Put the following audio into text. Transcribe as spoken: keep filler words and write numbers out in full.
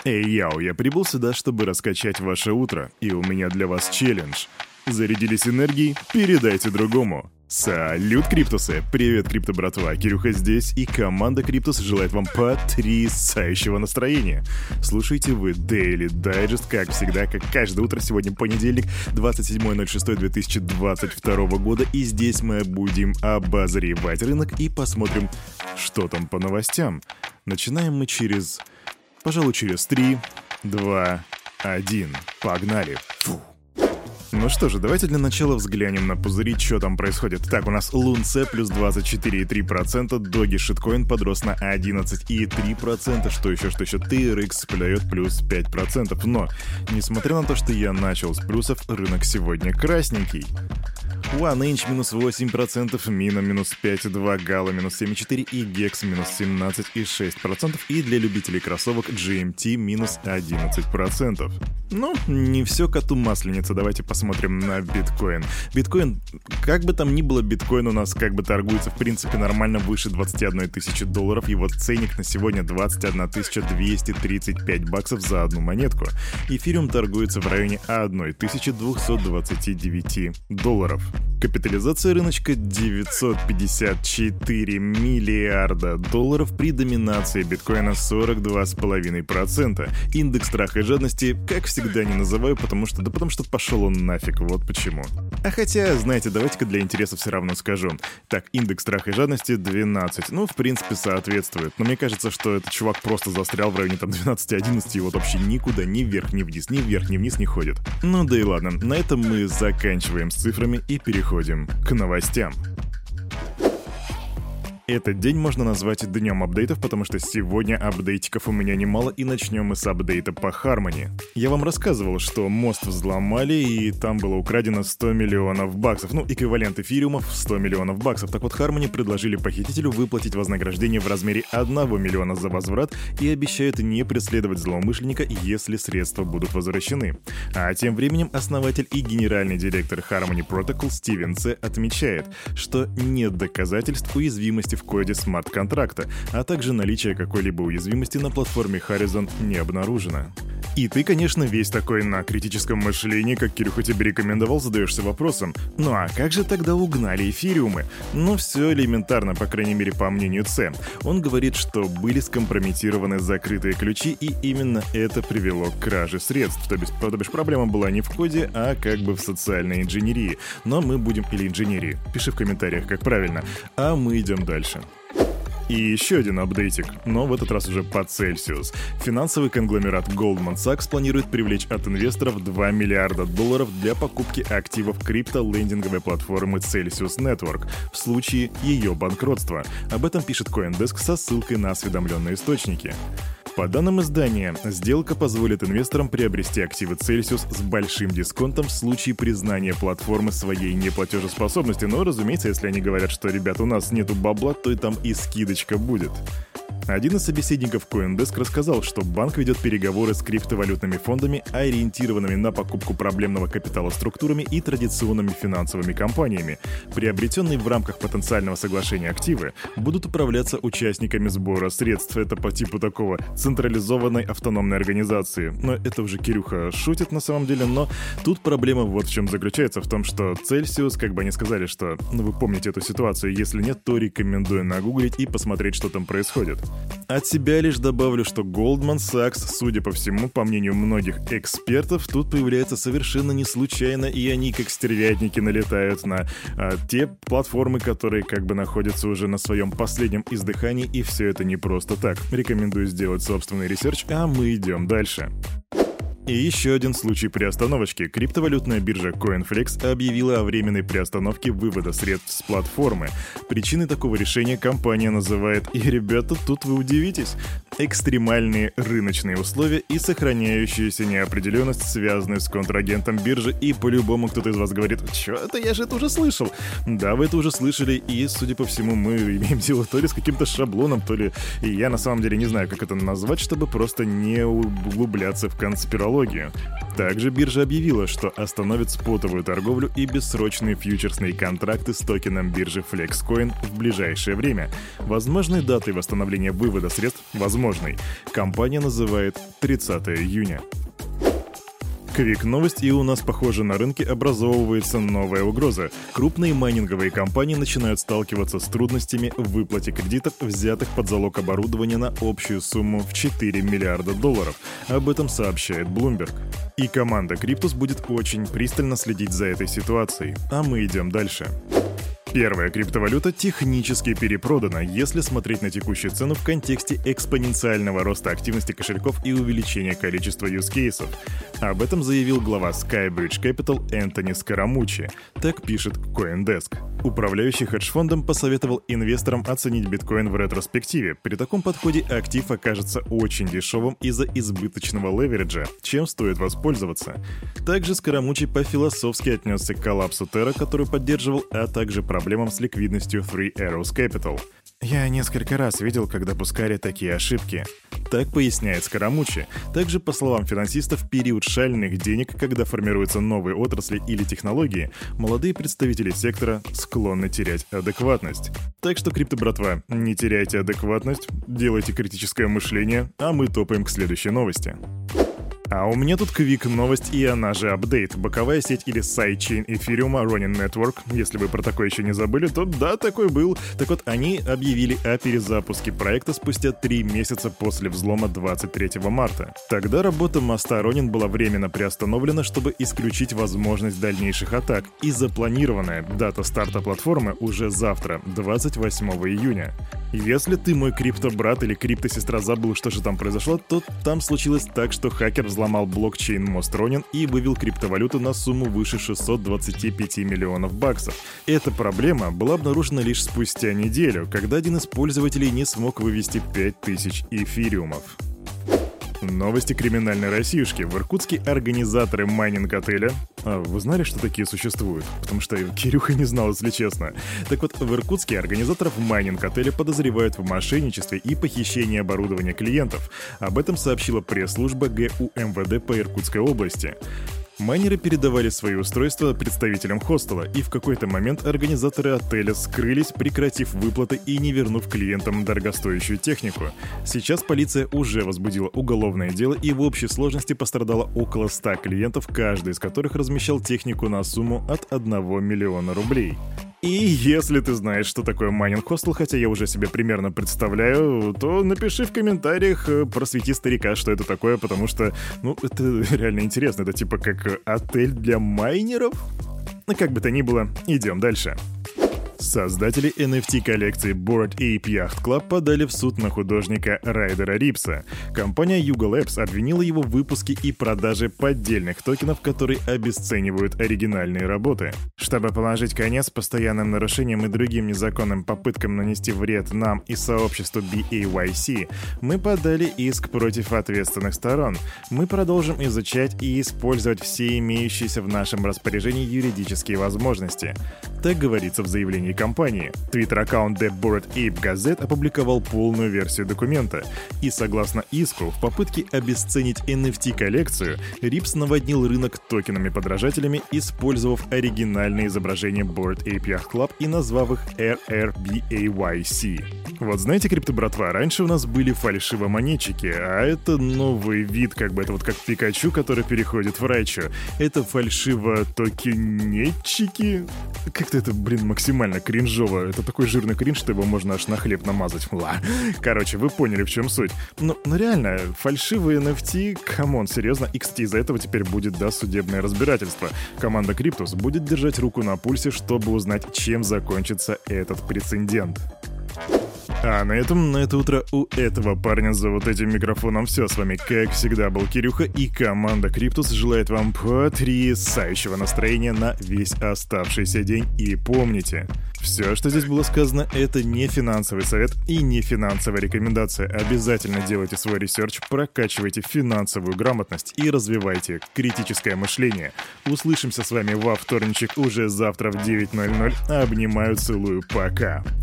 Эй, яу, я прибыл сюда, чтобы раскачать ваше утро, и у меня для вас челлендж. Зарядились энергией? Передайте другому. Салют, Криптусы! Привет, Крипто братва! Кирюха здесь, и команда Криптус желает вам потрясающего настроения. Слушайте вы Daily Digest, как всегда, как каждое утро. Сегодня понедельник, двадцать седьмое ноль шестое две тысячи двадцать второго года, и здесь мы будем обозревать рынок и посмотрим, что там по новостям. Начинаем мы через... Пожалуй, через три, два, один. Погнали! Фу. Ну что же, давайте для начала взглянем на пузыри, что там происходит. Так, у нас Лунце плюс двадцать четыре и три десятых процента, Доги Шиткоин подрос на одиннадцать и три десятых процента, что еще, что еще, ти эр икс плюет плюс пять процентов. Но, несмотря на то, что я начал с плюсов, рынок сегодня красненький. OneInch минус восемь процентов, Мина минус пять и два, Gala минус семь и четыре и Gex минус семнадцать и шесть процентов. И для любителей кроссовок джи эм ти минус одиннадцать процентов. Ну, не все коту масленица, давайте посмотрим на биткоин. Биткоин, как бы там ни было, биткоин у нас как бы торгуется в принципе нормально выше двадцати одной тысячи долларов. Его ценник на сегодня двадцать одна тысяча двести тридцать пять баксов за одну монетку. Эфириум торгуется в районе тысяча двести двадцать девять долларов. Капитализация рыночка девятьсот пятьдесят четыре миллиарда долларов, при доминации биткоина сорок два и пять десятых процента. Индекс страха и жадности, как всегда, не называю, потому что, да потому что пошел он нафиг, вот почему. А хотя, знаете, давайте-ка для интереса все равно скажу. Так, индекс страха и жадности двенадцать, ну, в принципе, соответствует. Но мне кажется, что этот чувак просто застрял в районе там двенадцати-одиннадцати, и вот вообще никуда, ни вверх, ни вниз, ни вверх, ни вниз не ходит. Ну да и ладно, на этом мы заканчиваем с цифрами и переходим к новостям. Этот день можно назвать днем апдейтов, потому что сегодня апдейтиков у меня немало, и начнем мы с апдейта по Harmony. Я вам рассказывал, что мост взломали, и там было украдено сто миллионов баксов, ну, эквивалент эфириумов в сто миллионов баксов. Так вот, Harmony предложили похитителю выплатить вознаграждение в размере одного миллиона за возврат и обещают не преследовать злоумышленника, если средства будут возвращены. А тем временем основатель и генеральный директор Harmony Protocol Стивен Ц. отмечает, что нет доказательств уязвимости в коде смарт-контракта, а также наличие какой-либо уязвимости на платформе Horizon не обнаружено. И ты, конечно, весь такой на критическом мышлении, как Кирюха тебе рекомендовал, задаешься вопросом: ну а как же тогда угнали эфириумы? Ну все элементарно, по крайней мере по мнению Ц. Он говорит, что были скомпрометированы закрытые ключи, и именно это привело к краже средств. То бишь, то бишь проблема была не в коде, а как бы в социальной инженерии. Но мы будем... Или инженерии. Пиши в комментариях, как правильно. А мы идем дальше. И еще один апдейтик, но в этот раз уже по Celsius. Финансовый конгломерат Goldman Sachs планирует привлечь от инвесторов два миллиарда долларов для покупки активов крипто-лендинговой платформы Celsius Network в случае ее банкротства. Об этом пишет CoinDesk со ссылкой на осведомленные источники. По данным издания, сделка позволит инвесторам приобрести активы Celsius с большим дисконтом в случае признания платформы своей неплатежеспособности. Но, разумеется, если они говорят, что, ребят, у нас нету бабла, то и там и скидочка будет. Один из собеседников CoinDesk рассказал, что банк ведет переговоры с криптовалютными фондами, ориентированными на покупку проблемного капитала структурами и традиционными финансовыми компаниями. Приобретенные в рамках потенциального соглашения активы будут управляться участниками сбора средств. Это по типу такого централизованной автономной организации. Но это уже Кирюха шутит на самом деле, но тут проблема вот в чем заключается, в том, что Celsius, как бы они сказали, что, ну вы помните эту ситуацию, если нет, то рекомендую нагуглить и посмотреть, что там происходит. От себя лишь добавлю, что Goldman Sachs, судя по всему, по мнению многих экспертов, тут появляется совершенно не случайно, и они как стервятники налетают на а, те платформы, которые как бы находятся уже на своем последнем издыхании, и все это не просто так. Рекомендую сделать собственный ресерч, а мы идем дальше. И еще один случай приостановочки. Криптовалютная биржа CoinFlex объявила о временной приостановке вывода средств с платформы. Причиной такого решения компания называет, и, ребята, тут вы удивитесь, экстремальные рыночные условия и сохраняющаяся неопределенность, связанные с контрагентом биржи. И по-любому кто-то из вас говорит: чё это, я же это уже слышал. Да, вы это уже слышали, и, судя по всему, мы имеем дело то ли с каким-то шаблоном, то ли... И я на самом деле не знаю, как это назвать, чтобы просто не углубляться в конспирологию. Также биржа объявила, что остановит спотовую торговлю и бессрочные фьючерсные контракты с токеном биржи FlexCoin в ближайшее время. Возможной датой восстановления вывода средств, возможно, невозможной. Компания называет тридцатого июня. Квик новость, и у нас, похоже, на рынке образовывается новая угроза. Крупные майнинговые компании начинают сталкиваться с трудностями в выплате кредитов, взятых под залог оборудования на общую сумму в четыре миллиарда долларов. Об этом сообщает Bloomberg. И команда Cryptos будет очень пристально следить за этой ситуацией. А мы идем дальше. Первая криптовалюта технически перепродана, если смотреть на текущую цену в контексте экспоненциального роста активности кошельков и увеличения количества юзкейсов. Об этом заявил глава Skybridge Capital Энтони Скарамуччи. Так пишет CoinDesk. Управляющий хедж-фондом посоветовал инвесторам оценить биткоин в ретроспективе. При таком подходе актив окажется очень дешевым из-за избыточного левериджа, чем стоит воспользоваться. Также Скарамуччи по-философски отнесся к коллапсу Terra, который поддерживал, а также проблемам с ликвидностью Three Arrows Capital. «Я несколько раз видел, как допускали такие ошибки». Так поясняет Скарамуччи. Также, по словам финансистов, в период шальных денег, когда формируются новые отрасли или технологии, молодые представители сектора склонны терять адекватность. Так что, крипто-братва, не теряйте адекватность, делайте критическое мышление, а мы топаем к следующей новости. А у меня тут квик новость, и она же апдейт. Боковая сеть или сайдчейн эфириума Ronin Network. Если вы про такое еще не забыли, то да, такой был. Так вот, они объявили о перезапуске проекта спустя три месяца после взлома двадцать третьего марта. Тогда работа моста Ronin была временно приостановлена, чтобы исключить возможность дальнейших атак. И запланированная дата старта платформы уже завтра, двадцать восьмого июня. Если ты, мой крипто-брат или крипто-сестра, забыл, что же там произошло, то там случилось так, что хакер взломал блокчейн Most Ronin и вывел криптовалюту на сумму выше шестисот двадцати пяти миллионов баксов. Эта проблема была обнаружена лишь спустя неделю, когда один из пользователей не смог вывести пять тысяч эфириумов. Новости криминальной Россиюшки. В Иркутске организаторы майнинг-отеля... А вы знали, что такие существуют? Потому что Кирюха не знал, если честно. Так вот, в Иркутске организаторов майнинг-отеля подозревают в мошенничестве и похищении оборудования клиентов. Об этом сообщила пресс-служба гэ у эм вэ дэ по Иркутской области. Майнеры передавали свои устройства представителям хостела, и в какой-то момент организаторы отеля скрылись, прекратив выплаты и не вернув клиентам дорогостоящую технику. Сейчас полиция уже возбудила уголовное дело, и в общей сложности пострадало около ста клиентов, каждый из которых размещал технику на сумму от одного миллиона рублей. И если ты знаешь, что такое майнинг-хостел, хотя я уже себе примерно представляю, то напиши в комментариях, просвети старика, что это такое, потому что, ну, это реально интересно. Это типа как отель для майнеров? Ну, как бы то ни было, идем дальше. Создатели эн эф ти-коллекции Bored Ape Yacht Club подали в суд на художника Райдера Рипса. Компания Yuga Labs обвинила его в выпуске и продаже поддельных токенов, которые обесценивают оригинальные работы. Чтобы положить конец постоянным нарушениям и другим незаконным попыткам нанести вред нам и сообществу би эй уай си, мы подали иск против ответственных сторон. Мы продолжим изучать и использовать все имеющиеся в нашем распоряжении юридические возможности. Так говорится в заявлении компании. Твиттер-аккаунт The Bored Ape Gazette опубликовал полную версию документа. И согласно иску, в попытке обесценить эн эф ти-коллекцию, Рипс наводнил рынок токенами-подражателями, использовав оригинальные изображения Bored Ape Yacht Club и назвав их эр эр би эй уай си. Вот знаете, крипто-братва, раньше у нас были фальшивомонетчики, а это новый вид, как бы это вот как Пикачу, который переходит в Райчу. Это фальшиво-токенетчики. Как-то это, блин, максимально кринжово. Это такой жирный кринж, что его можно аж на хлеб намазать. Ла. Короче, вы поняли, в чем суть. Ну, ну реально, фальшивые эн эф ти, камон, серьезно. И, кстати, из-за этого теперь будет, да, судебное разбирательство. Команда Cryptos будет держать руку на пульсе, чтобы узнать, чем закончится этот прецедент. А на этом, на это утро у этого парня за вот этим микрофоном все. С вами, как всегда, был Кирюха, и команда Cryptos желает вам потрясающего настроения на весь оставшийся день. И помните, все, что здесь было сказано, это не финансовый совет и не финансовая рекомендация. Обязательно делайте свой ресерч, прокачивайте финансовую грамотность и развивайте критическое мышление. Услышимся с вами во вторничек уже завтра в девять ноль ноль. Обнимаю, целую, пока.